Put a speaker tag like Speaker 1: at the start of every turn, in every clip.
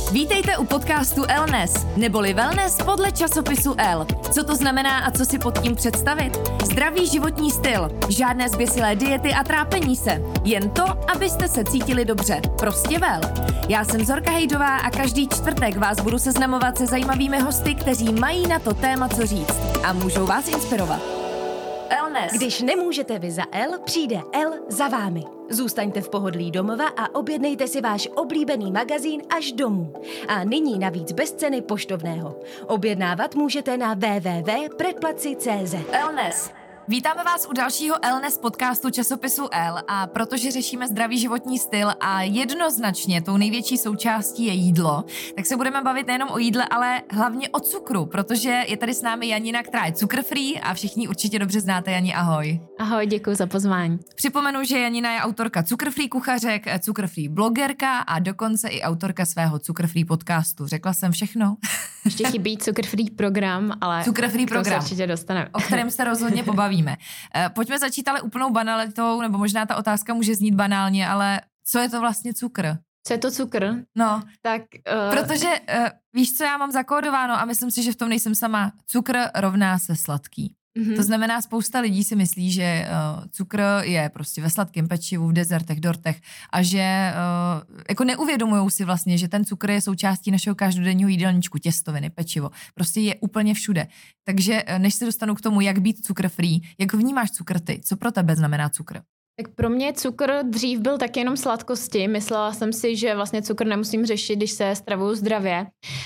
Speaker 1: Vítejte u podcastu Elnes, neboli wellness podle časopisu Elle. Co to znamená a co si pod tím představit? Zdravý životní styl, žádné zběsilé diety a trápení se. Jen to, abyste se cítili dobře. Prostě well. Já jsem Zorka Hejdová a každý čtvrtek vás budu seznamovat se zajímavými hosty, kteří mají na to téma co říct a můžou vás inspirovat. Elnes.
Speaker 2: Když nemůžete vy za El, přijde El za vámi. Zůstaňte v pohodlí domova a objednejte si váš oblíbený magazín až domů. A nyní navíc bez ceny poštovného. Objednávat můžete na www.predplaci.cz.
Speaker 1: Elnes. Vítáme vás u dalšího Elnes podcastu časopisu Elle a protože řešíme zdravý životní styl a jednoznačně tou největší součástí je jídlo, tak se budeme bavit nejenom o jídle, ale hlavně o cukru, protože je tady s námi Janina, která je cukr-free a všichni určitě dobře znáte. Jani, ahoj.
Speaker 3: Ahoj, děkuji za pozvání.
Speaker 1: Připomenu, že Janina je autorka cukr-free kuchařek, cukr-free blogerka a dokonce i autorka svého cukr-free podcastu. Řekla jsem všechno?
Speaker 3: Ještě chybí cukr-free program, ale
Speaker 1: cukr-free program,
Speaker 3: určitě dostaneme.
Speaker 1: O kterém se rozhodně pobavíme. Pojďme začít ale úplnou banalitou, nebo možná ta otázka může znít banálně, ale co je to vlastně cukr?
Speaker 3: Co je to cukr?
Speaker 1: No,
Speaker 3: tak...
Speaker 1: Protože víš, co já mám zakódováno a myslím si, že v tom nejsem sama. Cukr rovná se sladký. Mm-hmm. To znamená, spousta lidí si myslí, že cukr je prostě ve sladkém pečivu, v dezertech, dortech a že jako neuvědomujou si vlastně, že ten cukr je součástí našeho každodenního jídelníčku, těstoviny, pečivo. Prostě je úplně všude. Takže než se dostanu k tomu, jak být cukr-free, jak vnímáš cukr ty? Co pro tebe znamená cukr?
Speaker 3: Tak pro mě cukr dřív byl taky jenom sladkosti. Myslela jsem si, že vlastně cukr nemusím řešit, když se stravuju zdravě.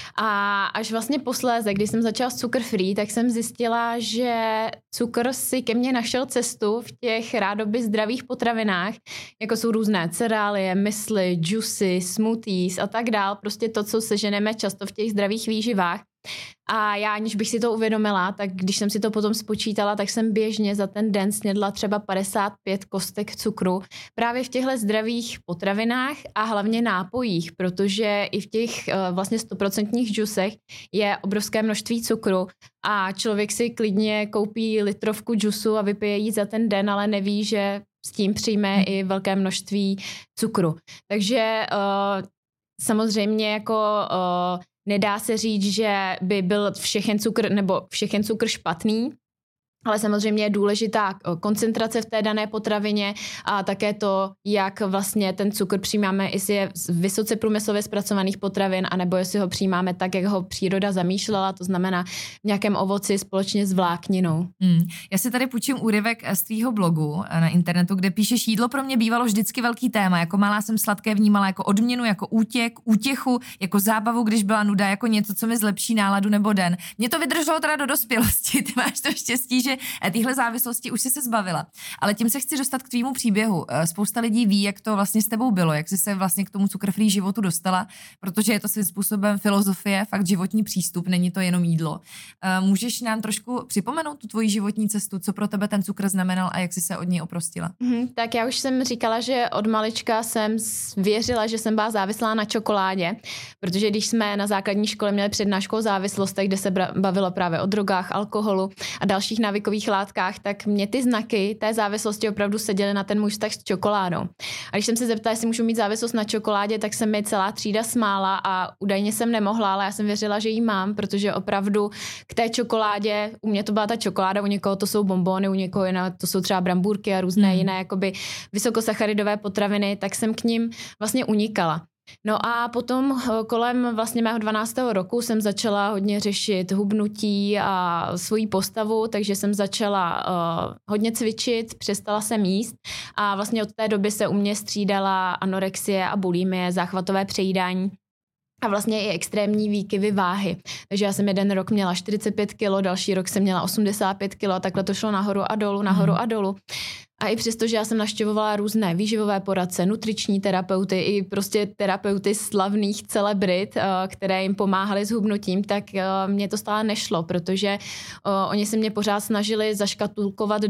Speaker 3: A až vlastně posléze, když jsem začala s cukr-free, tak jsem zjistila, že cukr si ke mně našel cestu v těch rádoby zdravých potravinách, jako jsou různé cereálie, mysli, džusy, smoothies a tak dál. Prostě to, co seženeme často v těch zdravých výživách. A já, aniž bych si to uvědomila, tak když jsem si to potom spočítala, tak jsem běžně za ten den snědla třeba 55 kostek cukru právě v těchto zdravých potravinách a hlavně nápojích, protože i v těch vlastně 100% džusech je obrovské množství cukru a člověk si klidně koupí litrovku džusu a vypije ji za ten den, ale neví, že s tím přijme i velké množství cukru. Takže samozřejmě jako... Nedá se říct, že by byl všechen cukr špatný, ale samozřejmě je důležitá koncentrace v té dané potravině a také to, jak vlastně ten cukr přijímáme, jestli je z vysoce průmyslově zpracovaných potravin, anebo jestli ho přijímáme tak, jak ho příroda zamýšlela, to znamená v nějakém ovoci společně s vlákninou.
Speaker 1: Já si tady půjčím úryvek z tvýho blogu na internetu, kde píšeš: jídlo pro mě bývalo vždycky velký téma, jako malá jsem sladké vnímala jako odměnu, jako útěchu, jako zábavu, když byla nuda, jako něco, co mi zlepší náladu nebo den. Mě to vydrželo teda do dospělosti, ty máš to štěstí, že tyhle závislosti už se zbavila. Ale tím se chci dostat k tvýmu příběhu. Spousta lidí ví, jak to vlastně s tebou bylo, jak jsi se vlastně k tomu cukr-free životu dostala, protože je to svým způsobem filozofie, fakt životní přístup, není to jenom jídlo. Můžeš nám trošku připomenout tu tvoji životní cestu, co pro tebe ten cukr znamenal a jak jsi se od něj oprostila?
Speaker 3: Tak já už jsem říkala, že od malička jsem věřila, že jsem byla závislá na čokoládě, protože když jsme na základní škole měli přednášku o závislostech, kde se bavilo právě o drogách, alkoholu a dalších návykových látkách, tak mě ty znaky té závislosti opravdu seděly na ten můj vztah s čokoládou. A když jsem se zeptala, jestli můžu mít závislost na čokoládě, tak se mi celá třída smála a údajně jsem nemohla, ale já jsem věřila, že ji mám, protože opravdu k té čokoládě, u mě to byla ta čokoláda, u někoho to jsou bonbony, u někoho to jsou třeba brambůrky a různé jiné jakoby vysokosacharidové potraviny, tak jsem k nim vlastně unikala. No a potom kolem vlastně mého 12. roku jsem začala hodně řešit hubnutí a svoji postavu, takže jsem začala hodně cvičit, přestala jsem jíst a vlastně od té doby se u mě střídala anorexie a bulimie, záchvatové přejídání. A vlastně i extrémní výkyvy váhy. Takže já jsem jeden rok měla 45 kg, další rok jsem měla 85 kg a takhle to šlo nahoru a dolů, nahoru a dolů. A i přesto, že já jsem navštěvovala různé výživové poradce, nutriční terapeuty i prostě terapeuty slavných celebrit, které jim pomáhaly s hubnutím, tak mě to stále nešlo, protože oni se mě pořád snažili zaškatulkovat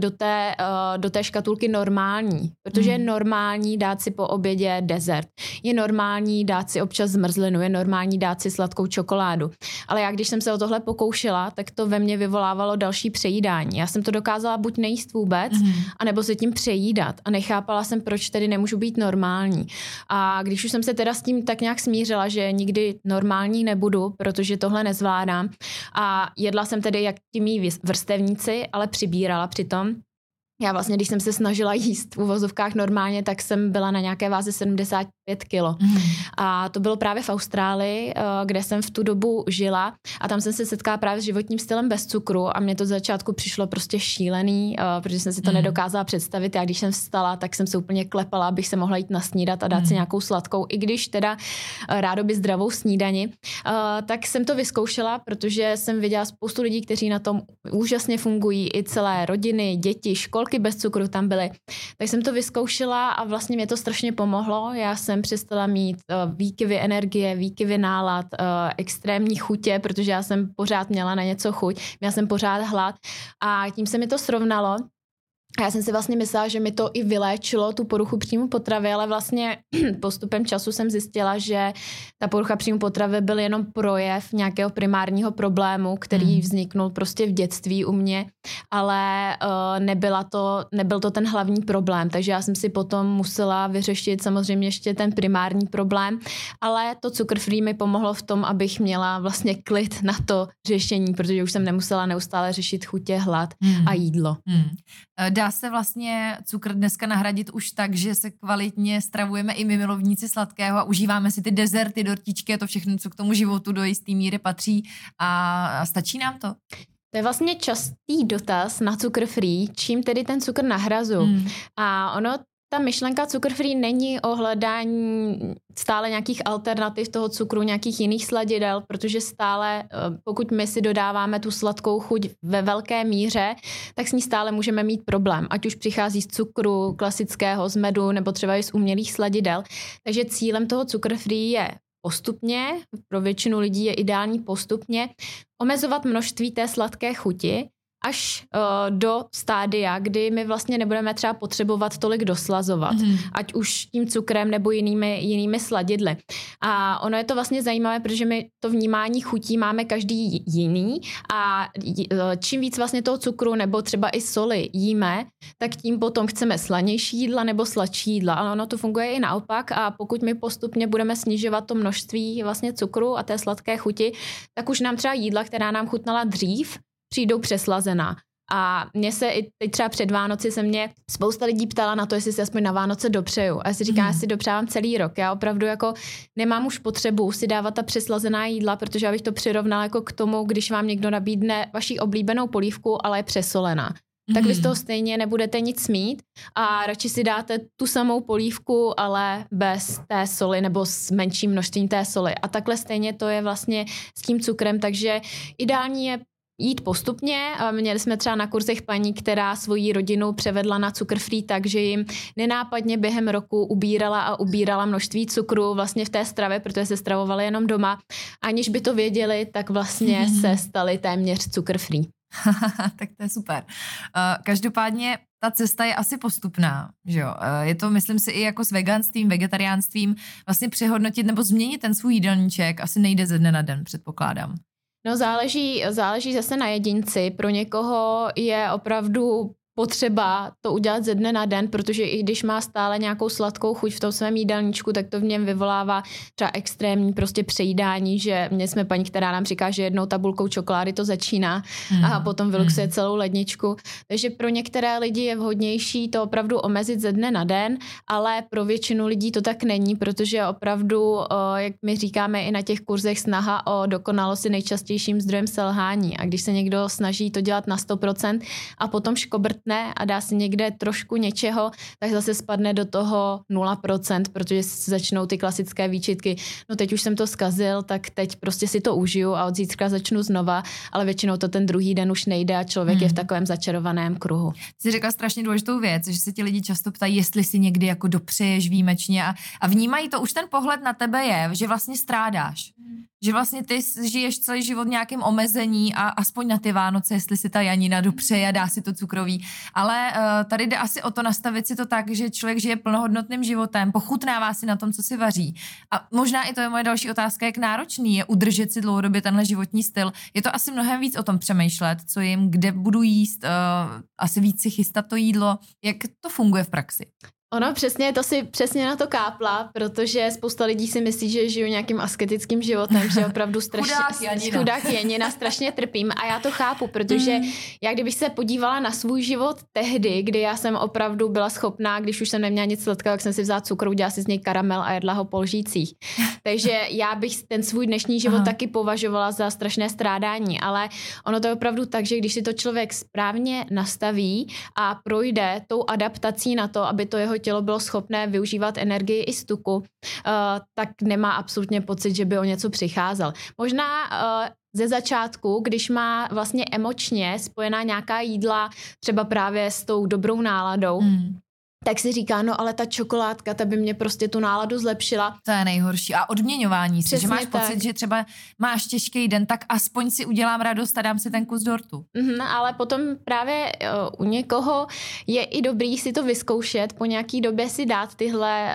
Speaker 3: do té škatulky normální. Protože je normální dát si po obědě dezert. Je normální dát si občas zmrzlinu, je normální dát si sladkou čokoládu. Ale já, když jsem se o tohle pokoušela, tak to ve mně vyvolávalo další přejídání. Já jsem to dokázala buď nejíst vůbec, anebo si tím přejídat a nechápala jsem, proč tedy nemůžu být normální. A když už jsem se teda s tím tak nějak smířila, že nikdy normální nebudu, protože tohle nezvládám a jedla jsem tedy jak ti mý vrstevníci, ale přibírala přitom. Já vlastně, když jsem se snažila jíst v uvozovkách normálně, tak jsem byla na nějaké váze 75 kilo. A to bylo právě v Austrálii, kde jsem v tu dobu žila a tam jsem se setkala právě s životním stylem bez cukru a mně to z začátku přišlo prostě šílený, protože jsem si to nedokázala představit. Já když jsem vstala, tak jsem se úplně klepala, abych se mohla jít nasnídat a dát si nějakou sladkou, i když teda rádoby zdravou snídani. Tak jsem to vyzkoušela, protože jsem viděla spoustu lidí, kteří na tom úžasně fungují, i celé rodiny, děti, školky bez cukru tam byly. Tak jsem to vyzkoušela a vlastně mě to strašně pomohlo. Já jsem přestala mít výkyvy energie, výkyvy nálad, extrémní chutě, protože já jsem pořád měla na něco chuť, měla jsem pořád hlad a tím se mi to srovnalo. A já jsem si vlastně myslela, že mi to i vyléčilo tu poruchu příjmu potravy, ale vlastně postupem času jsem zjistila, že ta porucha příjmu potravy byl jenom projev nějakého primárního problému, který vzniknul prostě v dětství u mě, ale nebyl to ten hlavní problém, takže já jsem si potom musela vyřešit samozřejmě ještě ten primární problém, ale to Cukr Free mi pomohlo v tom, abych měla vlastně klid na to řešení, protože už jsem nemusela neustále řešit chutě, hlad a jídlo.
Speaker 1: Dá se vlastně cukr dneska nahradit už tak, že se kvalitně stravujeme i my milovníci sladkého a užíváme si ty dezerty, dortičky a to všechno, co k tomu životu do jistý míry patří a stačí nám to?
Speaker 3: To je vlastně častý dotaz na Cukr Free, čím tedy ten cukr nahrazu. A ta myšlenka Cukr Free není o hledání stále nějakých alternativ toho cukru, nějakých jiných sladidel, protože stále, pokud my si dodáváme tu sladkou chuť ve velké míře, tak s ní stále můžeme mít problém. Ať už přichází z cukru klasického, z medu nebo třeba i z umělých sladidel. Takže cílem toho Cukr Free je postupně, pro většinu lidí je ideální postupně, omezovat množství té sladké chuti, až do stádia, kdy my vlastně nebudeme třeba potřebovat tolik doslazovat, ať už tím cukrem nebo jinými sladidly. A ono je to vlastně zajímavé, protože my to vnímání chutí máme každý jiný a čím víc vlastně toho cukru nebo třeba i soli jíme, tak tím potom chceme slanější jídla nebo sladší jídla. Ale ono to funguje i naopak a pokud my postupně budeme snižovat to množství vlastně cukru a té sladké chuti, tak už nám třeba jídla, která nám chutnala dřív, přijdou přeslazená. A mně se i teď třeba před Vánoci se mě spousta lidí ptala na to, jestli si aspoň na Vánoce dopřeju. A já si říkám, já si dopřávám celý rok. Já opravdu jako nemám už potřebu si dávat ta přeslazená jídla, protože abych to přirovnala jako k tomu, když vám někdo nabídne vaši oblíbenou polívku, ale je přesolená. Tak vy z toho stejně nebudete nic mít a radši si dáte tu samou polívku, ale bez té soli nebo s menším množstvím té soli. A takhle stejně to je vlastně s tím cukrem, takže ideální je jít postupně. Měli jsme třeba na kurzech paní, která svoji rodinu převedla na Cukr Free, takže jim nenápadně během roku ubírala množství cukru vlastně v té stravě, protože se stravovali jenom doma. Aniž by to věděli, tak vlastně se stali téměř Cukr Free.
Speaker 1: Tak to je super. Každopádně ta cesta je asi postupná, že jo? Je to, myslím si, i jako s veganstvím, vegetariánstvím vlastně přehodnotit nebo změnit ten svůj jídelníček asi nejde ze dne na den, předpokládám.
Speaker 3: No záleží zase na jedinci. Pro někoho je opravdu potřeba to udělat ze dne na den, protože i když má stále nějakou sladkou chuť v tom svém jídelníčku, tak to v něm vyvolává třeba extrémní prostě přejídání, že mě jsme paní, která nám říká, že jednou tabulkou čokolády to začíná a potom vyluxuje celou ledničku. Takže pro některé lidi je vhodnější to opravdu omezit ze dne na den, ale pro většinu lidí to tak není, protože opravdu, jak my říkáme i na těch kurzech, snaha o dokonalost je nejčastějším zdrojem selhání. A když se někdo snaží to dělat na 100% a potom škobrt a dá si někde trošku něčeho, tak zase spadne do toho 0%, protože začnou ty klasické výčitky. No teď už jsem to zkazil, tak teď prostě si to užiju a od zítřka začnu znova, ale většinou to ten druhý den už nejde a člověk je v takovém začarovaném kruhu.
Speaker 1: Jsi řekla strašně důležitou věc, že se ti lidi často ptají, jestli si někdy jako dopřeješ výjimečně a vnímají to, už ten pohled na tebe je, že vlastně strádáš. Že vlastně ty žiješ celý život v nějakém omezení a aspoň na ty Vánoce, jestli si ta Janina dopřeje a dá si to cukroví. Ale tady jde asi o to nastavit si to tak, že člověk žije plnohodnotným životem, pochutnává si na tom, co si vaří. A možná i to je moje další otázka, jak náročný je udržet si dlouhodobě tenhle životní styl. Je to asi mnohem víc o tom přemýšlet, co jim, kde budu jíst, asi víc si chystat to jídlo. Jak to funguje v praxi?
Speaker 3: Ono přesně, to si přesně na to kápla, protože spousta lidí si myslí, že žiju nějakým asketickým životem, že opravdu chudák Janina, strašně trpím a já to chápu, protože já kdybych se podívala na svůj život tehdy, kdy já jsem opravdu byla schopná, když už jsem neměla nic sladkého, tak jsem si vzala cukr, udělala si z něj karamel a jedla ho po lžících. Takže já bych ten svůj dnešní život taky považovala za strašné strádání, ale ono to je opravdu tak, že když si to člověk správně nastaví a projde tou adaptací na to, aby to jeho tělo bylo schopné využívat energii i z tuku, tak nemá absolutně pocit, že by o něco přicházel. Možná ze začátku, když má vlastně emočně spojená nějaká jídla, třeba právě s tou dobrou náladou, tak si říká, no ale ta čokoládka, ta by mě prostě tu náladu zlepšila.
Speaker 1: To je nejhorší. A odměňování si, že máš pocit, že třeba máš těžký den, tak aspoň si udělám radost a dám si ten kus dortu.
Speaker 3: Ale potom právě u někoho je i dobrý si to vyzkoušet, po nějaký době si dát tyhle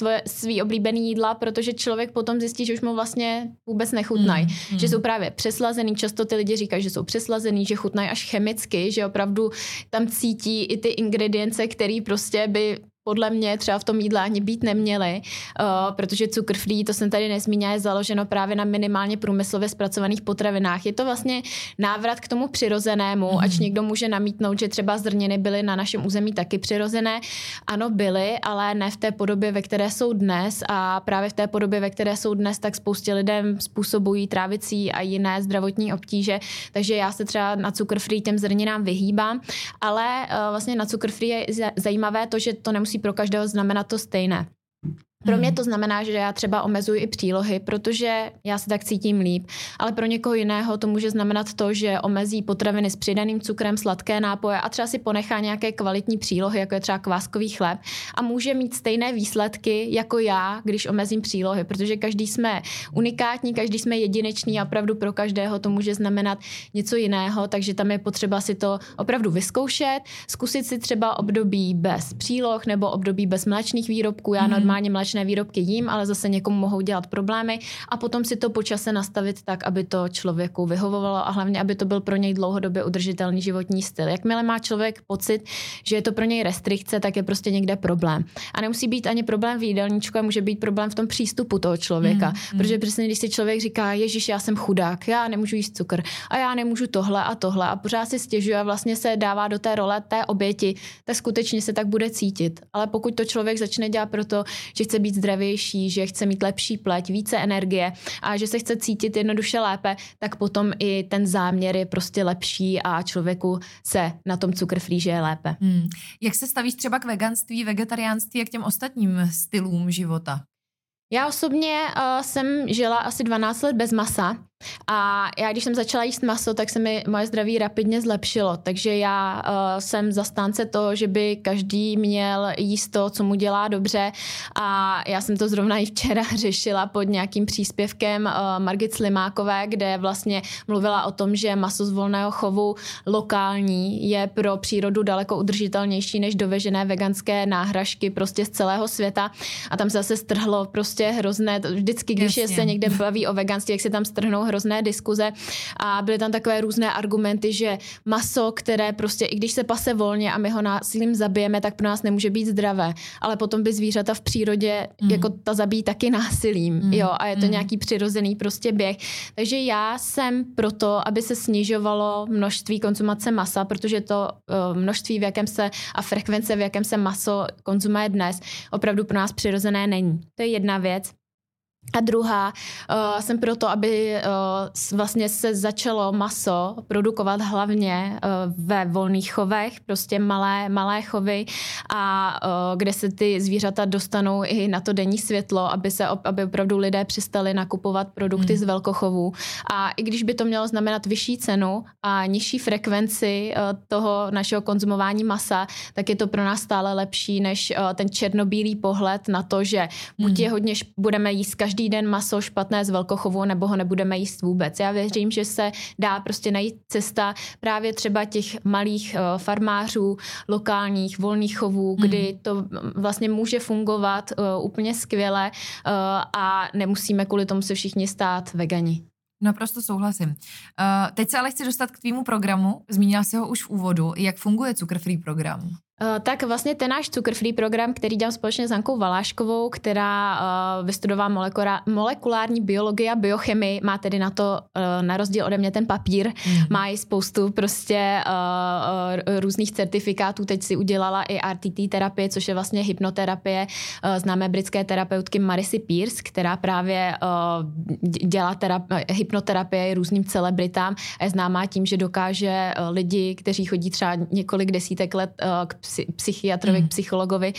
Speaker 3: svý oblíbený jídla, protože člověk potom zjistí, že už mu vlastně vůbec nechutnají. Že jsou právě přeslazený, často ty lidi říkají, že jsou přeslazený, že chutnají až chemicky, že opravdu tam cítí i ty ingredience, které prostě by podle mě třeba v tom jídle ani být neměly, protože cukr free, to jsem tady nezmínila, je založeno právě na minimálně průmyslově zpracovaných potravinách. Je to vlastně návrat k tomu přirozenému, ač někdo může namítnout, že třeba zrniny byly na našem území taky přirozené. Ano, byly, ale ne v té podobě, ve které jsou dnes a právě v té podobě, ve které jsou dnes, tak spoustě lidem způsobují trávicí a jiné zdravotní obtíže, takže já se třeba na cukr free těm zrninám vyhýbám, ale vlastně na cukr free je zajímavé to, že to nemusí pro každého znamenat to stejné. Pro mě to znamená, že já třeba omezuji i přílohy, protože já se tak cítím líp, ale pro někoho jiného to může znamenat to, že omezí potraviny s přidaným cukrem, sladké nápoje a třeba si ponechá nějaké kvalitní přílohy, jako je třeba kváskový chléb a může mít stejné výsledky jako já, když omezím přílohy, protože každý jsme unikátní, každý jsme jedinečný a opravdu pro každého to může znamenat něco jiného, takže tam je potřeba si to opravdu vyzkoušet, zkusit si třeba období bez příloh nebo období bez mléčných výrobků. Já normálně mléčné výrobky jím, ale zase někomu mohou dělat problémy a potom si to po čase nastavit tak, aby to člověku vyhovovalo a hlavně, aby to byl pro něj dlouhodobě udržitelný životní styl. Jakmile má člověk pocit, že je to pro něj restrikce, tak je prostě někde problém. A nemusí být ani problém v jídelníčku, a může být problém v tom přístupu toho člověka. Protože přesně když si člověk říká, ježiš, já jsem chudák, já nemůžu jíst cukr a já nemůžu tohle a pořád si stěžuje a vlastně se dává do té role té oběti, tak skutečně se tak bude cítit. Ale pokud to člověk začne dělat proto, že chce být zdravější, že chce mít lepší pleť, více energie a že se chce cítit jednoduše lépe, tak potom i ten záměr je prostě lepší a člověku se na tom cukr free žije lépe.
Speaker 1: Jak se stavíš třeba k veganství, vegetariánství a k těm ostatním stylům života?
Speaker 3: Já osobně jsem žila asi 12 let bez masa a já když jsem začala jíst maso, tak se mi moje zdraví rapidně zlepšilo, takže já jsem zastánce toho, že by každý měl jíst to, co mu dělá dobře a já jsem to zrovna i včera řešila pod nějakým příspěvkem Margit Slimákové, kde vlastně mluvila o tom, že maso z volného chovu lokální je pro přírodu daleko udržitelnější než dovežené veganské náhražky prostě z celého světa a tam se zase strhlo prostě hrozné, vždycky, když se někde baví o veganství, jak se tam strhnou hrozné diskuze a byly tam takové různé argumenty, že maso, které prostě, i když se pase volně a my ho násilím zabijeme, tak pro nás nemůže být zdravé, ale potom by zvířata v přírodě jako ta zabíjí taky násilím, jo, a je to nějaký přirozený prostě běh. Takže já jsem proto, aby se snižovalo množství konzumace masa, protože to množství, v jakém se a frekvence, v jakém se maso konzumuje dnes, opravdu pro nás přirozené není. To je jedna věc. A druhá, jsem proto, aby vlastně se začalo maso produkovat hlavně ve volných chovech, prostě malé chovy a kde se ty zvířata dostanou i na to denní světlo, aby opravdu lidé přestali nakupovat produkty z velkochovů. A i když by to mělo znamenat vyšší cenu a nižší frekvenci toho našeho konzumování masa, tak je to pro nás stále lepší než ten černobílý pohled na to, že buď je hodně budeme jíst každý každý den maso špatné z velkochovu nebo ho nebudeme jíst vůbec. Já věřím, že se dá prostě najít cesta právě třeba těch malých farmářů, lokálních, volných chovů, kdy to vlastně může fungovat úplně skvěle a nemusíme kvůli tomu se všichni stát vegani.
Speaker 1: Naprosto souhlasím. Teď se ale chci dostat k tvýmu programu. Zmínila jsi ho už v úvodu. Jak funguje Cukr-free program?
Speaker 3: Tak vlastně ten náš Cukr-free program, který dělám společně s Hankou Valáškovou, která vystudovala molekulární biologii a biochemii, má tedy na to, na rozdíl ode mě ten papír, má i spoustu prostě různých certifikátů. Teď si udělala i RTT terapie, což je vlastně hypnoterapie známé britské terapeutky Marisy Pearce, která právě dělá hypnoterapie různým celebritám a je známá tím, že dokáže lidi, kteří chodí třeba několik desítek let k psychiatrovi, k psychologovi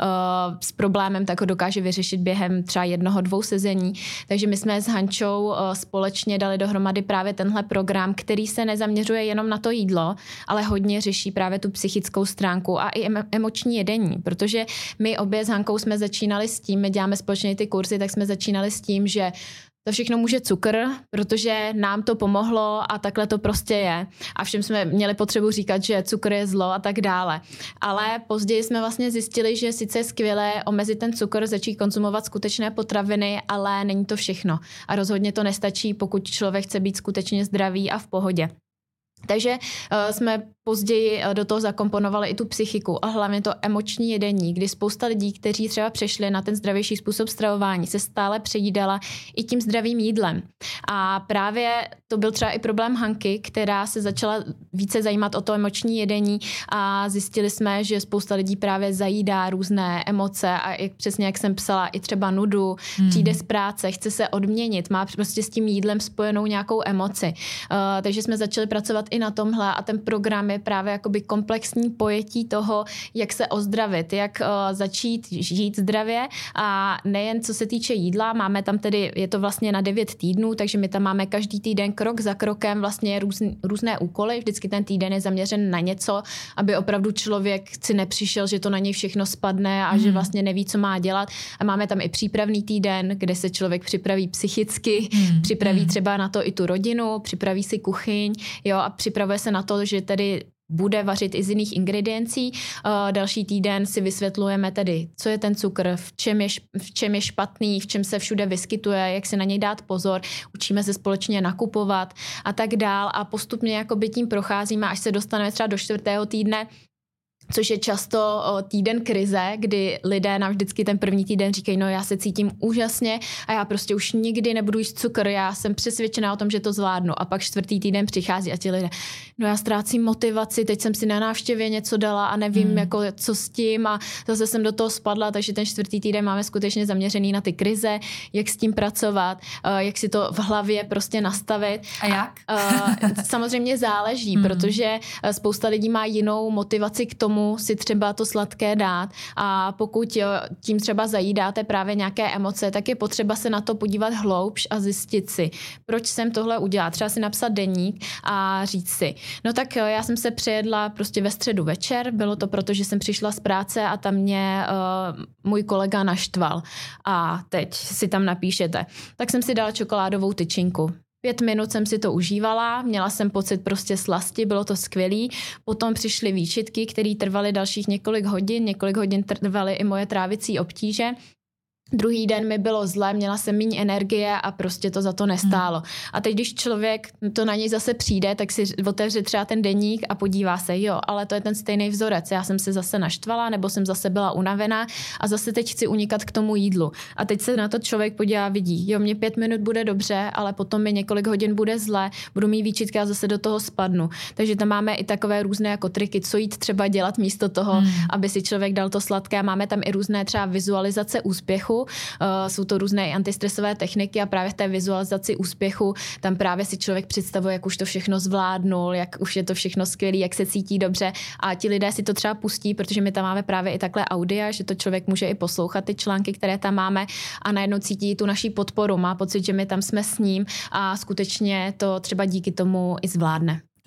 Speaker 3: s problémem, tak ho dokáže vyřešit během třeba 1-2 sezení. Takže my jsme s Hančou společně dali dohromady právě tenhle program, který se nezaměřuje jenom na to jídlo, ale hodně řeší právě tu psychickou stránku a i emoční jedení, protože my obě s Hankou jsme začínali s tím, my děláme společně ty kurzy, tak jsme začínali s tím, že to všechno může cukr, protože nám to pomohlo a takhle to prostě je. A všem jsme měli potřebu říkat, že cukr je zlo a tak dále. Ale později jsme vlastně zjistili, že sice je skvělé omezit ten cukr, začít konzumovat skutečné potraviny, ale není to všechno. A rozhodně to nestačí, pokud člověk chce být skutečně zdravý a v pohodě. Takže jsme později do toho zakomponovali i tu psychiku a hlavně to emoční jedení, kdy spousta lidí, kteří třeba přešli na ten zdravější způsob stravování, se stále přejídala i tím zdravým jídlem. A právě to byl třeba i problém Hanky, která se začala více zajímat o to emoční jedení a zjistili jsme, že spousta lidí právě zajídá různé emoce a přesně jak jsem psala, i třeba nudu, přijde z práce, chce se odměnit, má prostě s tím jídlem spojenou nějakou emoci. Takže jsme začali pracovat i na tomhle a ten program je právě jakoby komplexní pojetí toho, jak se ozdravit, jak začít žít zdravě a nejen co se týče jídla, máme tam tedy, je to vlastně na 9 týdnů, takže my tam máme každý týden krok za krokem vlastně různé úkoly, vždycky ten týden je zaměřen na něco, aby opravdu člověk si nepřišel, že to na něj všechno spadne a že vlastně neví, co má dělat a máme tam i přípravný týden, kde se člověk připraví psychicky, připraví třeba na to i tu rodinu, připraví si kuchyň, jo, a připravuje se na to, že tedy bude vařit i z jiných ingrediencí. Další týden si vysvětlujeme tedy, co je ten cukr, v čem je špatný, v čem se všude vyskytuje, jak si na něj dát pozor, učíme se společně nakupovat a tak dál a postupně jakoby tím procházíme, až se dostaneme třeba do 4. týdne, což je často týden krize, kdy lidé nám vždycky ten první týden říkají, no já se cítím úžasně a já prostě už nikdy nebudu jíst cukr, já jsem přesvědčená o tom, že to zvládnu. A pak 4. týden přichází a ti lidé, no já ztrácím motivaci, teď jsem si na návštěvě něco dala a nevím, jako co s tím a zase jsem do toho spadla, takže ten 4. týden máme skutečně zaměřený na ty krize, jak s tím pracovat, jak si to v hlavě prostě nastavit.
Speaker 1: A jak?
Speaker 3: Samozřejmě záleží, protože spousta lidí má jinou motivaci k tomu, si třeba to sladké dát a pokud tím třeba zajídáte právě nějaké emoce, tak je potřeba se na to podívat hloubš a zjistit si, proč jsem tohle udělala. Třeba si napsat deník a říct si, no tak já jsem se přejedla prostě ve středu večer, bylo to proto, že jsem přišla z práce a tam mě můj kolega naštval a teď si tam napíšete, tak jsem si dala čokoládovou tyčinku. 5 minut jsem si to užívala, měla jsem pocit prostě slasti, bylo to skvělý. Potom přišly výčitky, které trvaly dalších několik hodin trvaly i moje trávicí obtíže. Druhý den mi bylo zle, měla jsem méně energie a prostě to za to nestálo. A teď, když člověk to na něj zase přijde, tak si otevře třeba ten deník a podívá se, jo, ale to je ten stejný vzorec. Já jsem se zase naštvala, nebo jsem zase byla unavená a zase teď chci unikat k tomu jídlu. A teď se na to člověk podívá, vidí, jo, mě 5 minut bude dobře, ale potom mi několik hodin bude zle, budu mít výčitky a zase do toho spadnu. Takže tam máme i takové různé jako triky, co jít třeba dělat místo toho, aby si člověk dal to sladké. A máme tam i různé třeba vizualizace úspěchu. Jsou to různé antistresové techniky a právě v té vizualizaci úspěchu tam právě si člověk představuje, jak už to všechno zvládnul, jak už je to všechno skvělý, jak se cítí dobře a ti lidé si to třeba pustí, protože my tam máme právě i takhle audia, že to člověk může i poslouchat ty články, které tam máme a najednou cítí tu naší podporu, má pocit, že my tam jsme s ním a skutečně to třeba díky tomu i zvládne.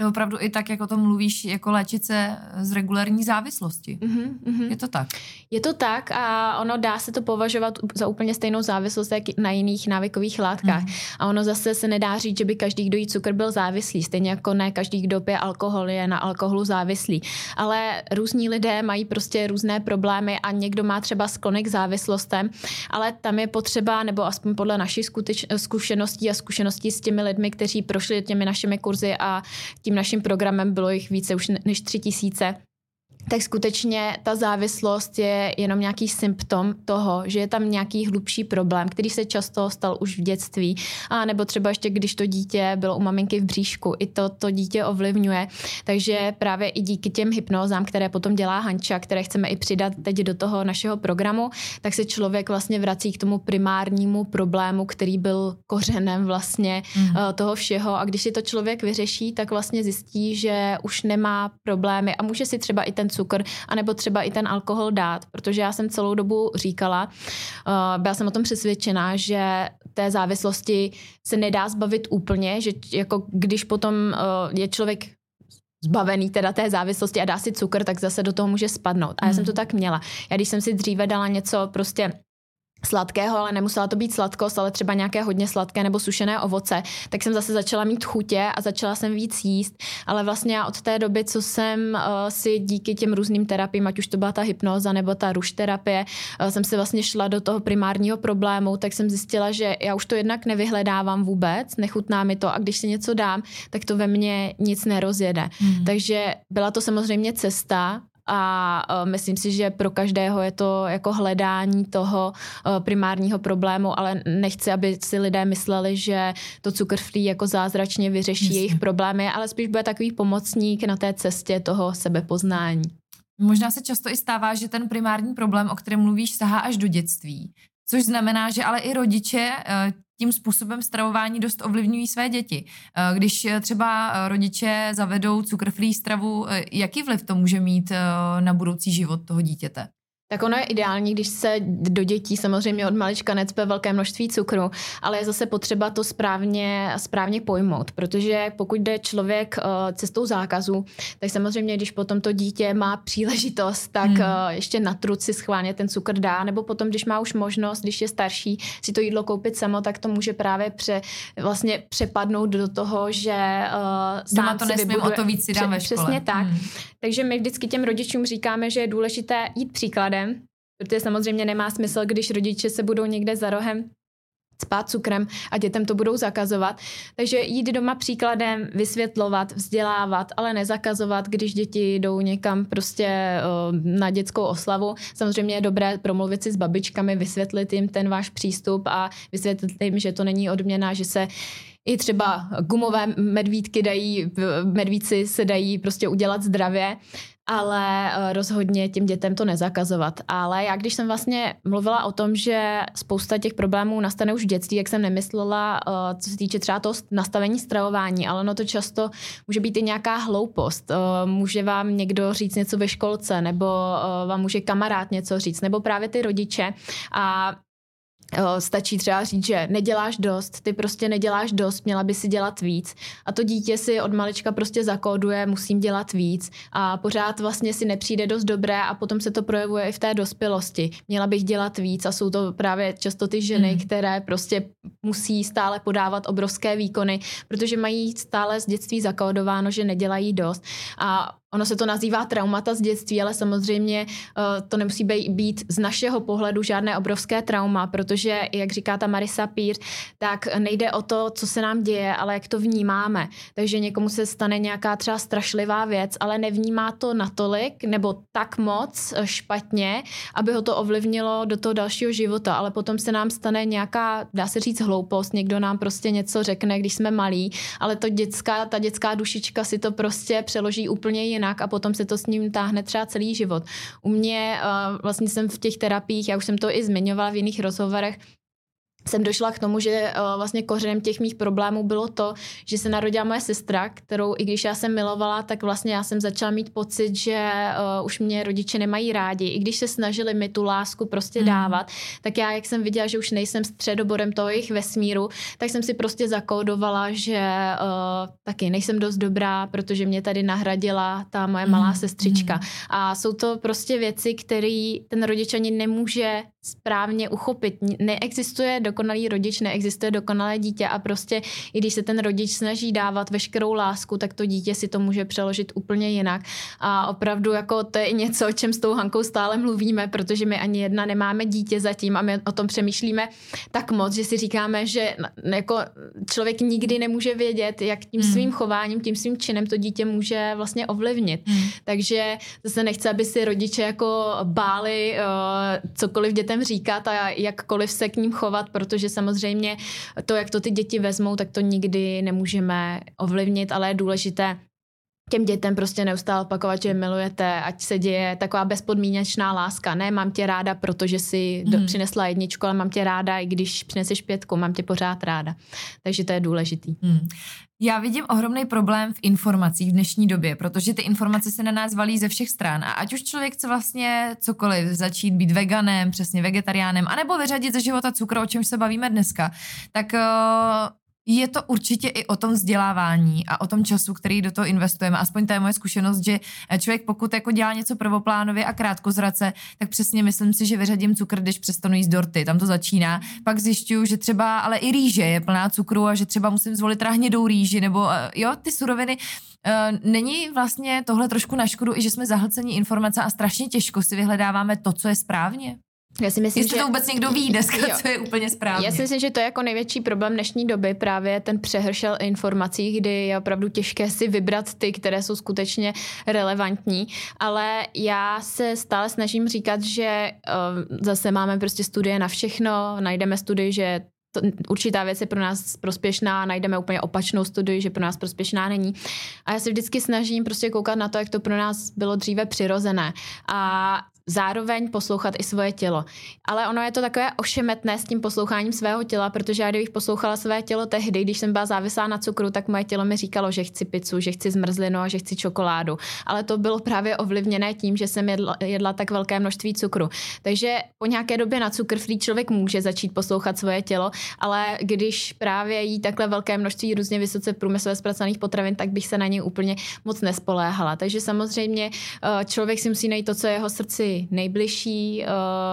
Speaker 1: To je opravdu i tak, jak o tom mluvíš, jako léčit se z regulární závislosti. Je to tak?
Speaker 3: Je to tak a ono dá se to považovat za úplně stejnou závislost, jak na jiných návykových látkách. A ono zase se nedá říct, že by každý, kdo jí cukr, byl závislý. Stejně jako ne každý, kdo pije alkohol, je na alkoholu závislý. Ale různí lidé mají prostě různé problémy a někdo má třeba sklony k závislostem, ale tam je potřeba, nebo aspoň podle našich zkušeností a zkušeností s těmi lidmi, kteří prošli těmi našimi kurzy a tím naším programem, bylo jich více už než 3000, tak skutečně ta závislost je jenom nějaký symptom toho, že je tam nějaký hlubší problém, který se často stal už v dětství, a nebo třeba ještě když to dítě bylo u maminky v bříšku, i to dítě ovlivňuje. Takže právě i díky těm hypnózám, které potom dělá Hanča, které chceme i přidat teď do toho našeho programu, tak se člověk vlastně vrací k tomu primárnímu problému, který byl kořenem vlastně toho všeho, a když si to člověk vyřeší, tak vlastně zjistí, že už nemá problémy a může si třeba i ten cukr, anebo třeba i ten alkohol dát, protože já jsem celou dobu říkala, byla jsem o tom přesvědčená, že té závislosti se nedá zbavit úplně, že jako když potom je člověk zbavený teda té závislosti a dá si cukr, tak zase do toho může spadnout. A já jsem to tak měla. Já když jsem si dříve dala něco prostě sladkého, ale nemusela to být sladkost, ale třeba nějaké hodně sladké nebo sušené ovoce, tak jsem zase začala mít chutě a začala jsem víc jíst, ale vlastně já od té doby, co jsem si díky těm různým terapiím, ať už to byla ta hypnóza nebo ta ruš terapie, jsem si vlastně šla do toho primárního problému, tak jsem zjistila, že já už to jednak nevyhledávám vůbec, nechutná mi to, a když si něco dám, tak to ve mně nic nerozjede. Takže byla to samozřejmě cesta, a myslím si, že pro každého je to jako hledání toho primárního problému, ale nechci, aby si lidé mysleli, že to cukr free jako zázračně vyřeší jejich problémy, ale spíš bude takový pomocník na té cestě toho sebepoznání.
Speaker 1: Možná se často i stává, že ten primární problém, o kterém mluvíš, sahá až do dětství. Což znamená, že ale i rodiče tím způsobem stravování dost ovlivňují své děti. Když třeba rodiče zavedou cukr-free stravu, jaký vliv to může mít na budoucí život toho dítěte?
Speaker 3: Tak ono je ideální, když se do dětí samozřejmě od malička necpe velké množství cukru, ale je zase potřeba to správně pojmout, protože pokud jde člověk cestou zákazu, tak samozřejmě, když potom to dítě má příležitost, tak ještě na trud si schválně ten cukr dá, nebo potom, když má už možnost, když je starší, si to jídlo koupit samo, tak to může právě vlastně přepadnout do toho, že
Speaker 1: doma to nesmím, o to víc si dám ve škole.
Speaker 3: Přesně tak. Takže my vždycky těm rodičům říkáme, že je důležité jít příkladem, protože samozřejmě nemá smysl, když rodiče se budou někde za rohem spát cukrem a dětem to budou zakazovat. Takže jít doma příkladem, vysvětlovat, vzdělávat, ale nezakazovat, když děti jdou někam prostě na dětskou oslavu. Samozřejmě je dobré promluvit si s babičkami, vysvětlit jim ten váš přístup a vysvětlit jim, že to není odměna, že se i třeba gumové medvídci se dají prostě udělat zdravě, ale rozhodně těm dětem to nezakazovat. Ale já, když jsem vlastně mluvila o tom, že spousta těch problémů nastane už v dětství, jak jsem nemyslela, co se týče třeba toho nastavení stravování, ale ono to často může být i nějaká hloupost. Může vám někdo říct něco ve školce, nebo vám může kamarád něco říct, nebo právě ty rodiče, a stačí třeba říct, že neděláš dost, ty prostě neděláš dost, měla by si dělat víc. A to dítě si od malička prostě zakóduje, musím dělat víc, a pořád vlastně si nepřijde dost dobré a potom se to projevuje i v té dospělosti. Měla bych dělat víc, a jsou to právě často ty ženy, které prostě musí stále podávat obrovské výkony, protože mají stále z dětství zakódováno, že nedělají dost. A ono se to nazývá traumata z dětství, ale samozřejmě to nemusí být z našeho pohledu žádné obrovské trauma, protože, jak říká ta Marisa Peer, tak nejde o to, co se nám děje, ale jak to vnímáme. Takže někomu se stane nějaká třeba strašlivá věc, ale nevnímá to natolik nebo tak moc špatně, aby ho to ovlivnilo do toho dalšího života, ale potom se nám stane nějaká, dá se říct, hloupost, někdo nám prostě něco řekne, když jsme malí, ale ta dětská dušička si to prostě přeloží úplně jinak a potom se to s ním táhne třeba celý život. U mě vlastně jsem v těch terapiích, já už jsem to i zmiňovala v jiných rozhovorech, jsem došla k tomu, že vlastně kořenem těch mých problémů bylo to, že se narodila moje sestra, kterou i když já jsem milovala, tak vlastně já jsem začala mít pocit, že už mě rodiče nemají rádi. I když se snažili mi tu lásku prostě dávat, tak já, jak jsem viděla, že už nejsem středoborem toho jejich vesmíru, tak jsem si prostě zakódovala, že taky nejsem dost dobrá, protože mě tady nahradila ta moje malá sestřička. A jsou to prostě věci, které ten rodič ani nemůže správně uchopit. Neexistuje dokonalý rodič, neexistuje dokonalé dítě a prostě i když se ten rodič snaží dávat veškerou lásku, tak to dítě si to může přeložit úplně jinak. A opravdu jako to je i něco, o čem s tou Hankou stále mluvíme, protože my ani jedna nemáme dítě zatím a my o tom přemýšlíme tak moc, že si říkáme, že jako člověk nikdy nemůže vědět, jak tím svým chováním, tím svým činem to dítě může vlastně ovlivnit. Takže zase nechce, aby si rodiče jako báli cokoliv dětem říkat a jakkoliv se k ním chovat, protože samozřejmě to, jak to ty děti vezmou, tak to nikdy nemůžeme ovlivnit, ale je důležité těm dětem prostě neustále opakovat, že je milujete, ať se děje taková bezpodmínečná láska. Ne, mám tě ráda, protože si přinesla 1, ale mám tě ráda, i když přineseš 5, mám tě pořád ráda. Takže to je důležitý.
Speaker 1: Já vidím ohromný problém v informacích v dnešní době, protože ty informace se na nás valí ze všech stran a ať už člověk chce vlastně cokoliv, začít být veganem, přesně vegetariánem, anebo vyřadit ze života cukr, o čemž se bavíme dneska, tak je to určitě i o tom vzdělávání a o tom času, který do toho investujeme. Aspoň to je moje zkušenost, že člověk pokud jako dělá něco prvoplánově a krátkozrace, tak přesně myslím si, že vyřadím cukr, když přestanu jíst dorty. Tam to začíná. Pak zjišťuju, že třeba ale i rýže je plná cukru a že třeba musím zvolit teda hnědou rýži nebo ty suroviny. Není vlastně tohle trošku na škodu, i že jsme zahlcení informace a strašně těžko si vyhledáváme to, co je správně?
Speaker 3: Já si myslím,
Speaker 1: jestli to vůbec někdo ví dneska, co je úplně správně.
Speaker 3: Já si myslím, že to je jako největší problém dnešní doby, právě ten přehršel informací, kdy je opravdu těžké si vybrat ty, které jsou skutečně relevantní, ale já se stále snažím říkat, že zase máme prostě studie na všechno, najdeme studii, že určitá věc je pro nás prospěšná, najdeme úplně opačnou studii, že pro nás prospěšná není. A já se vždycky snažím prostě koukat na to, jak to pro nás bylo dříve přirozené. A zároveň poslouchat i svoje tělo. Ale ono je to takové ošemetné s tím posloucháním svého těla, protože já kdybych poslouchala své tělo tehdy, když jsem byla závislá na cukru, tak moje tělo mi říkalo, že chci pizzu, že chci zmrzlinu a že chci čokoládu. Ale to bylo právě ovlivněné tím, že jsem jedla tak velké množství cukru. Takže po nějaké době na cukr-free člověk může začít poslouchat svoje tělo, ale když právě jí takhle velké množství různě vysoce průmyslově zpracovaných potravin, tak bych se na ně úplně moc nespoléhala. Takže samozřejmě člověk si musí najít to, co je jeho srdci nejbližší.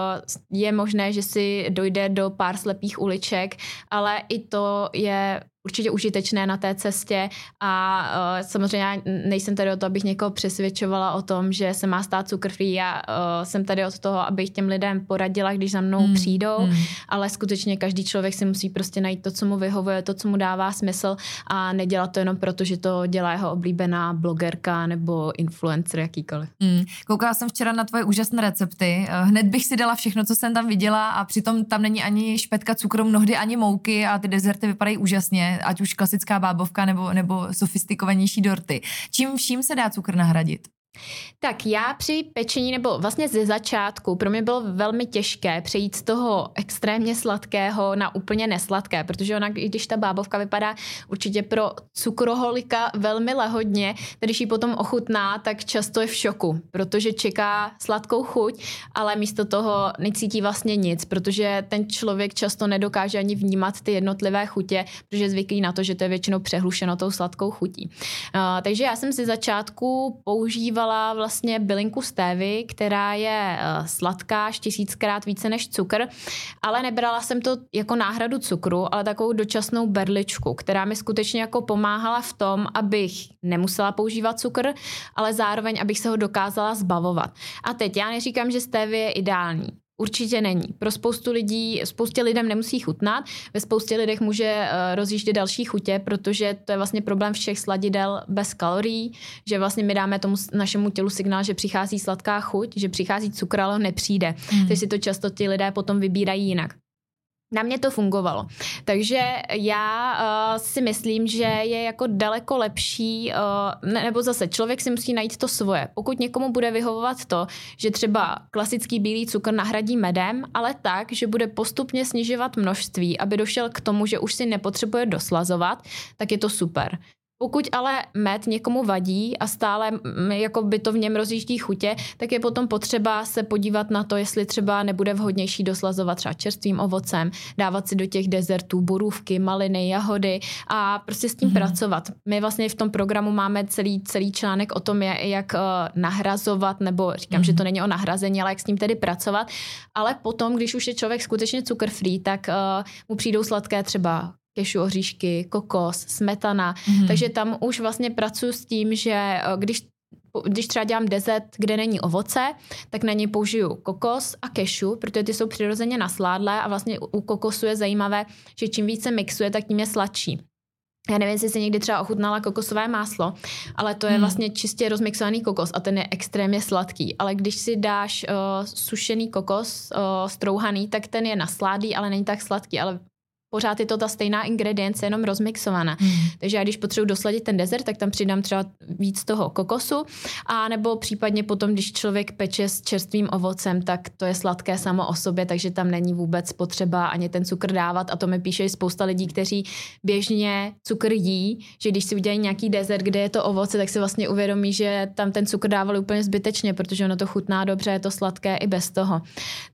Speaker 3: Je možné, že si dojde do pár slepých uliček, ale i to je určitě užitečné na té cestě a samozřejmě já nejsem tady o to, abych někoho přesvědčovala o tom, že se má stát cukr-free. Já jsem tady od toho, abych těm lidem poradila, když za mnou přijdou, ale skutečně každý člověk si musí prostě najít to, co mu vyhovuje, to, co mu dává smysl a nedělat to jenom proto, že to dělá jeho oblíbená blogerka nebo influencer jakýkoliv.
Speaker 1: Koukala jsem včera na tvoje úžasné recepty. Hned bych si dala všechno, co jsem tam viděla a přitom tam není ani špetka cukru, mnohdy ani mouky a ty dezerty vypadají úžasně, ať už klasická bábovka nebo sofistikovanější dorty. Čím vším se dá cukr nahradit?
Speaker 3: Tak já při pečení, nebo vlastně ze začátku, pro mě bylo velmi těžké přejít z toho extrémně sladkého na úplně nesladké, protože ona, když ta bábovka vypadá určitě pro cukroholika velmi lahodně, když ji potom ochutná, tak často je v šoku, protože čeká sladkou chuť, ale místo toho necítí vlastně nic, protože ten člověk často nedokáže ani vnímat ty jednotlivé chutě, protože je zvyklý na to, že to je většinou přehlušeno tou sladkou chutí. Takže já jsem si začátku používala vlastně bylinku stévy, která je sladká, 1000krát více než cukr, ale nebrala jsem to jako náhradu cukru, ale takovou dočasnou berličku, která mi skutečně jako pomáhala v tom, abych nemusela používat cukr, ale zároveň, abych se ho dokázala zbavovat. A teď já neříkám, že stévie je ideální. Určitě není. Pro spoustě lidem nemusí chutnat, ve spoustě lidech může rozjíždět další chutě, protože to je vlastně problém všech sladidel bez kalorií, že vlastně my dáme tomu našemu tělu signál, že přichází sladká chuť, že přichází cukr, ale nepřijde. Takže si to často ti lidé potom vybírají jinak. Na mě to fungovalo. Takže já si myslím, že je jako daleko lepší, nebo zase člověk si musí najít to svoje. Pokud někomu bude vyhovovat to, že třeba klasický bílý cukr nahradí medem, ale tak, že bude postupně snižovat množství, aby došel k tomu, že už si nepotřebuje doslazovat, tak je to super. Pokud ale med někomu vadí a stále jako by to v něm rozjíždí chutě, tak je potom potřeba se podívat na to, jestli třeba nebude vhodnější doslazovat třeba čerstvým ovocem, dávat si do těch dezertů borůvky, maliny, jahody a prostě s tím pracovat. My vlastně v tom programu máme celý článek o tom, jak nahrazovat, nebo říkám, že to není o nahrazení, ale jak s tím tedy pracovat. Ale potom, když už je člověk skutečně cukr free, tak mu přijdou sladké třeba kešu, oříšky, kokos, smetana. Takže tam už vlastně pracuji s tím, že když třeba dělám dezert, kde není ovoce, tak na něj použiju kokos a kešu, protože ty jsou přirozeně nasládlé a vlastně u kokosu je zajímavé, že čím více mixuje, tak tím je sladší. Já nevím, jestli jsi někdy třeba ochutnala kokosové máslo, ale to je vlastně čistě rozmixovaný kokos a ten je extrémně sladký. Ale když si dáš sušený kokos strouhaný, tak ten je nasládlý, ale není tak sladký, ale pořád je to ta stejná ingredience, jenom rozmixovaná. Takže já když potřebuji dosladit ten dezert, tak tam přidám třeba víc toho kokosu, a nebo případně potom, když člověk peče s čerstvým ovocem, tak to je sladké samo o sobě, takže tam není vůbec potřeba ani ten cukr dávat, a to mi píše spousta lidí, kteří běžně cukr jí, že když si udělají nějaký dezert, kde je to ovoce, tak si vlastně uvědomí, že tam ten cukr dávali úplně zbytečně, protože ono to chutná dobře, je to sladké i bez toho.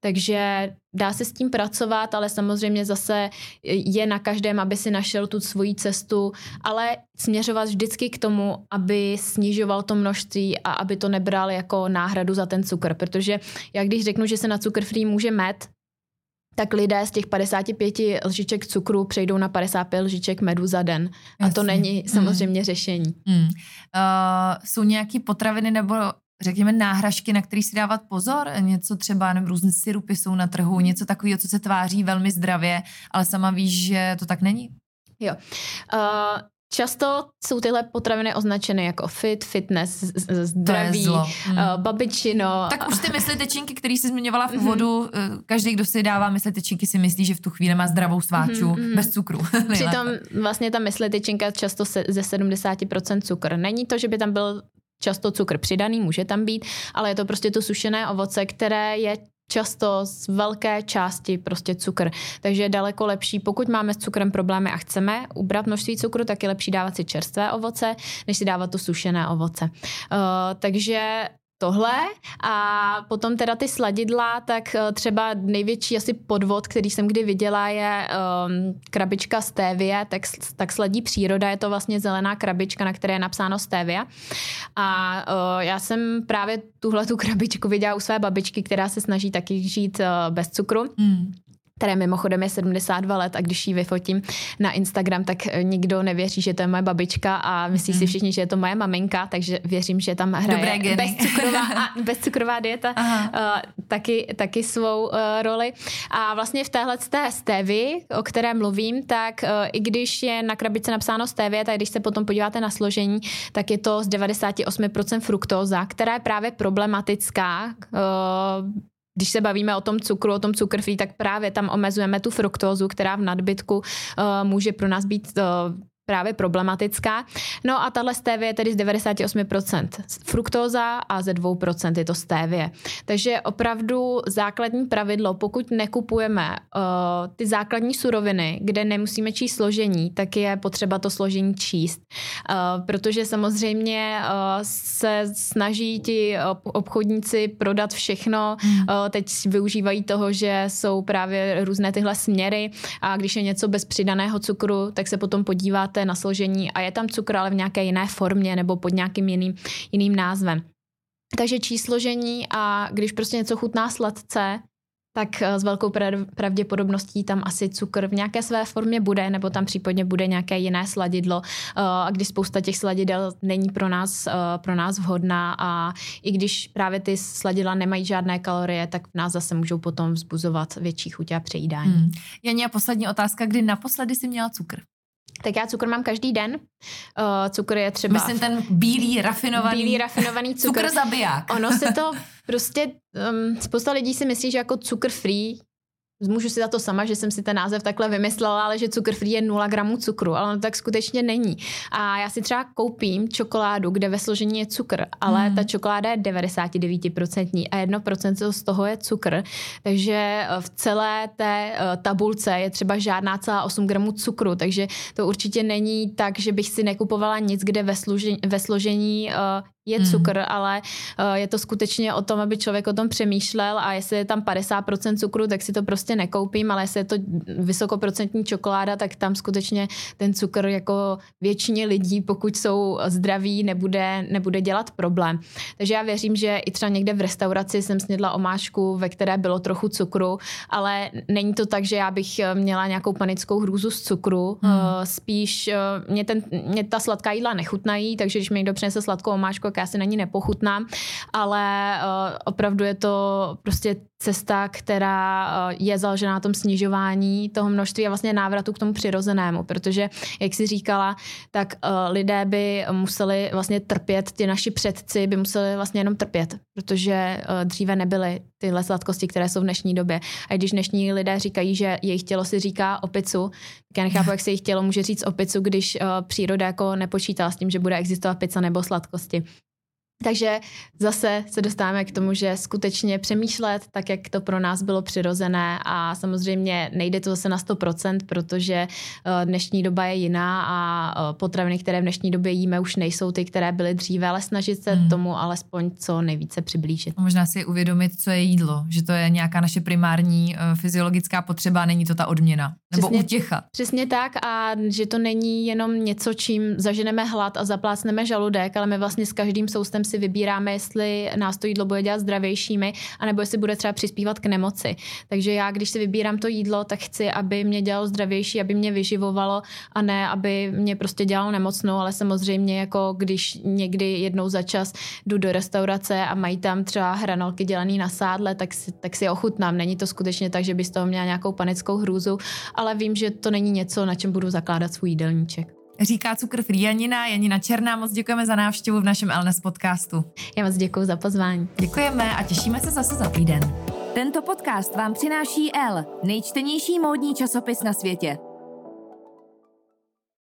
Speaker 3: Takže dá se s tím pracovat, ale samozřejmě zase je na každém, aby si našel tu svoji cestu, ale směřovat vždycky k tomu, aby snižoval to množství a aby to nebral jako náhradu za ten cukr, protože já když řeknu, že se na cukr free může med, tak lidé z těch 55 lžiček cukru přejdou na 55 lžiček medu za den. A to není samozřejmě řešení.
Speaker 1: Jsou nějaký potraviny nebo řekněme náhražky, na který si dávat pozor? Něco třeba, nebo různé sirupy jsou na trhu, něco takového, co se tváří velmi zdravě, ale sama víš, že to tak není?
Speaker 3: Jo. Často jsou tyhle potraviny označeny jako fitness, zdraví, babičino.
Speaker 1: Tak už ty myslitečinky, které jsi zmiňovala v úvodu, každý, kdo si dává myslitečinky, si myslí, že v tu chvíli má zdravou sváču bez cukru.
Speaker 3: Přitom vlastně ta myslitečinka často ze 70% cukr. Není to, že by tam byl často cukr přidaný, může tam být, ale je to prostě to sušené ovoce, které je často z velké části prostě cukr. Takže je daleko lepší, pokud máme s cukrem problémy a chceme ubrat množství cukru, tak je lepší dávat si čerstvé ovoce, než si dávat to sušené ovoce. Takže tohle a potom teda ty sladidla, tak třeba největší asi podvod, který jsem kdy viděla, je krabička stevie, tak sladí příroda, je to vlastně zelená krabička, na které je napsáno stevia. A já jsem právě tuhletu krabičku viděla u své babičky, která se snaží taky žít bez cukru. Které mimochodem je 72 let a když ji vyfotím na Instagram, tak nikdo nevěří, že to je moje babička a myslí si všichni, že je to moje maminka, takže věřím, že tam hraje bezcukrová dieta taky svou roli. A vlastně v téhleté stevii, o které mluvím, tak i když je na krabičce napsáno stevie, tak když se potom podíváte na složení, tak je to z 98% fruktóza, která je právě problematická. Když se bavíme o tom cukru, o tom cukr free, tak právě tam omezujeme tu fruktózu, která v nadbytku může pro nás být právě problematická. No a tahle stevie je tedy z 98% fruktóza a ze 2% je to stevie. Takže opravdu základní pravidlo, pokud nekupujeme ty základní suroviny, kde nemusíme číst složení, tak je potřeba to složení číst. Protože samozřejmě se snaží ti obchodníci prodat všechno. Teď využívají toho, že jsou právě různé tyhle směry a když je něco bez přidaného cukru, tak se potom podíváte na složení a je tam cukr, ale v nějaké jiné formě nebo pod nějakým jiným názvem. Takže číst složení a když prostě něco chutná sladce, tak s velkou pravděpodobností tam asi cukr v nějaké své formě bude, nebo tam případně bude nějaké jiné sladidlo. A když spousta těch sladidel není pro nás vhodná a i když právě ty sladidla nemají žádné kalorie, tak v nás zase můžou potom vzbuzovat větší chuť a přejídání.
Speaker 1: Janě, a poslední otázka, kdy naposledy jsi měla cukr?
Speaker 3: Tak já cukr mám každý den. Cukr je třeba...
Speaker 1: Myslím ten bílý rafinovaný
Speaker 3: cukr.
Speaker 1: Cukr zabiják.
Speaker 3: Ono se to prostě... spousta lidí si myslí, že jako cukr free můžu si za to sama, že jsem si ten název takhle vymyslela, ale že cukr free je 0 gramů cukru, ale on tak skutečně není. A já si třeba koupím čokoládu, kde ve složení je cukr, ale ta čokoláda je 99% a 1% z toho je cukr, takže v celé té tabulce je třeba žádná celá 8 gramů cukru, takže to určitě není tak, že bych si nekupovala nic, kde ve složení je cukr, ale je to skutečně o tom, aby člověk o tom přemýšlel a jestli je tam 50% cukru, tak si to prostě nekoupím, ale jestli je to vysokoprocentní čokoláda, tak tam skutečně ten cukr jako většině lidí, pokud jsou zdraví, nebude dělat problém. Takže já věřím, že i třeba někde v restauraci jsem snědla omáčku, ve které bylo trochu cukru, ale není to tak, že já bych měla nějakou panickou hrůzu z cukru. Spíš mě ta sladká jídla nechutnají, takže když mi někdo přinese sladkou omáčku, já si na ní nepochutnám, ale opravdu je to prostě cesta, která je založená na tom snižování toho množství a vlastně návratu k tomu přirozenému, protože, jak jsi říkala, tak lidé by museli vlastně trpět, ti naši předci by museli vlastně jenom trpět, protože dříve nebyly tyhle sladkosti, které jsou v dnešní době. A když dnešní lidé říkají, že jejich tělo si říká opicu, tak já nechápu, jak se jejich tělo může říct opicu, když příroda jako nepočítala s tím, že bude existovat pizza nebo sladkosti. Takže zase se dostáváme k tomu, že skutečně přemýšlet tak, jak to pro nás bylo přirozené a samozřejmě nejde to zase na 100%, protože dnešní doba je jiná a potraviny, které v dnešní době jíme, už nejsou ty, které byly dříve, ale snažit se tomu alespoň co nejvíce přiblížit.
Speaker 1: A možná si uvědomit, co je jídlo, že to je nějaká naše primární fyziologická potřeba, není to ta odměna nebo útěcha.
Speaker 3: Přesně tak a že to není jenom něco, čím zaženeme hlad a zaplácneme žaludek, ale my vlastně s každým soustem si vybíráme, jestli nás to jídlo bude dělat zdravějšími, anebo jestli bude třeba přispívat k nemoci. Takže já, když si vybírám to jídlo, tak chci, aby mě dělalo zdravější, aby mě vyživovalo a ne, aby mě prostě dělalo nemocnou, ale samozřejmě jako když někdy jednou za čas jdu do restaurace a mají tam třeba hranolky dělaný na sádle, tak si ochutnám. Není to skutečně tak, že by z toho měla nějakou panickou hrůzu, ale vím, že to není něco, na čem budu zakládat svůj jídelníček.
Speaker 1: Říká cukr free Janina Černá, moc děkujeme za návštěvu v našem Wellness podcastu.
Speaker 3: Já moc děkuji za pozvání.
Speaker 1: Děkujeme a těšíme se zase za týden.
Speaker 2: Tento podcast vám přináší Elle, nejčtenější módní časopis na světě.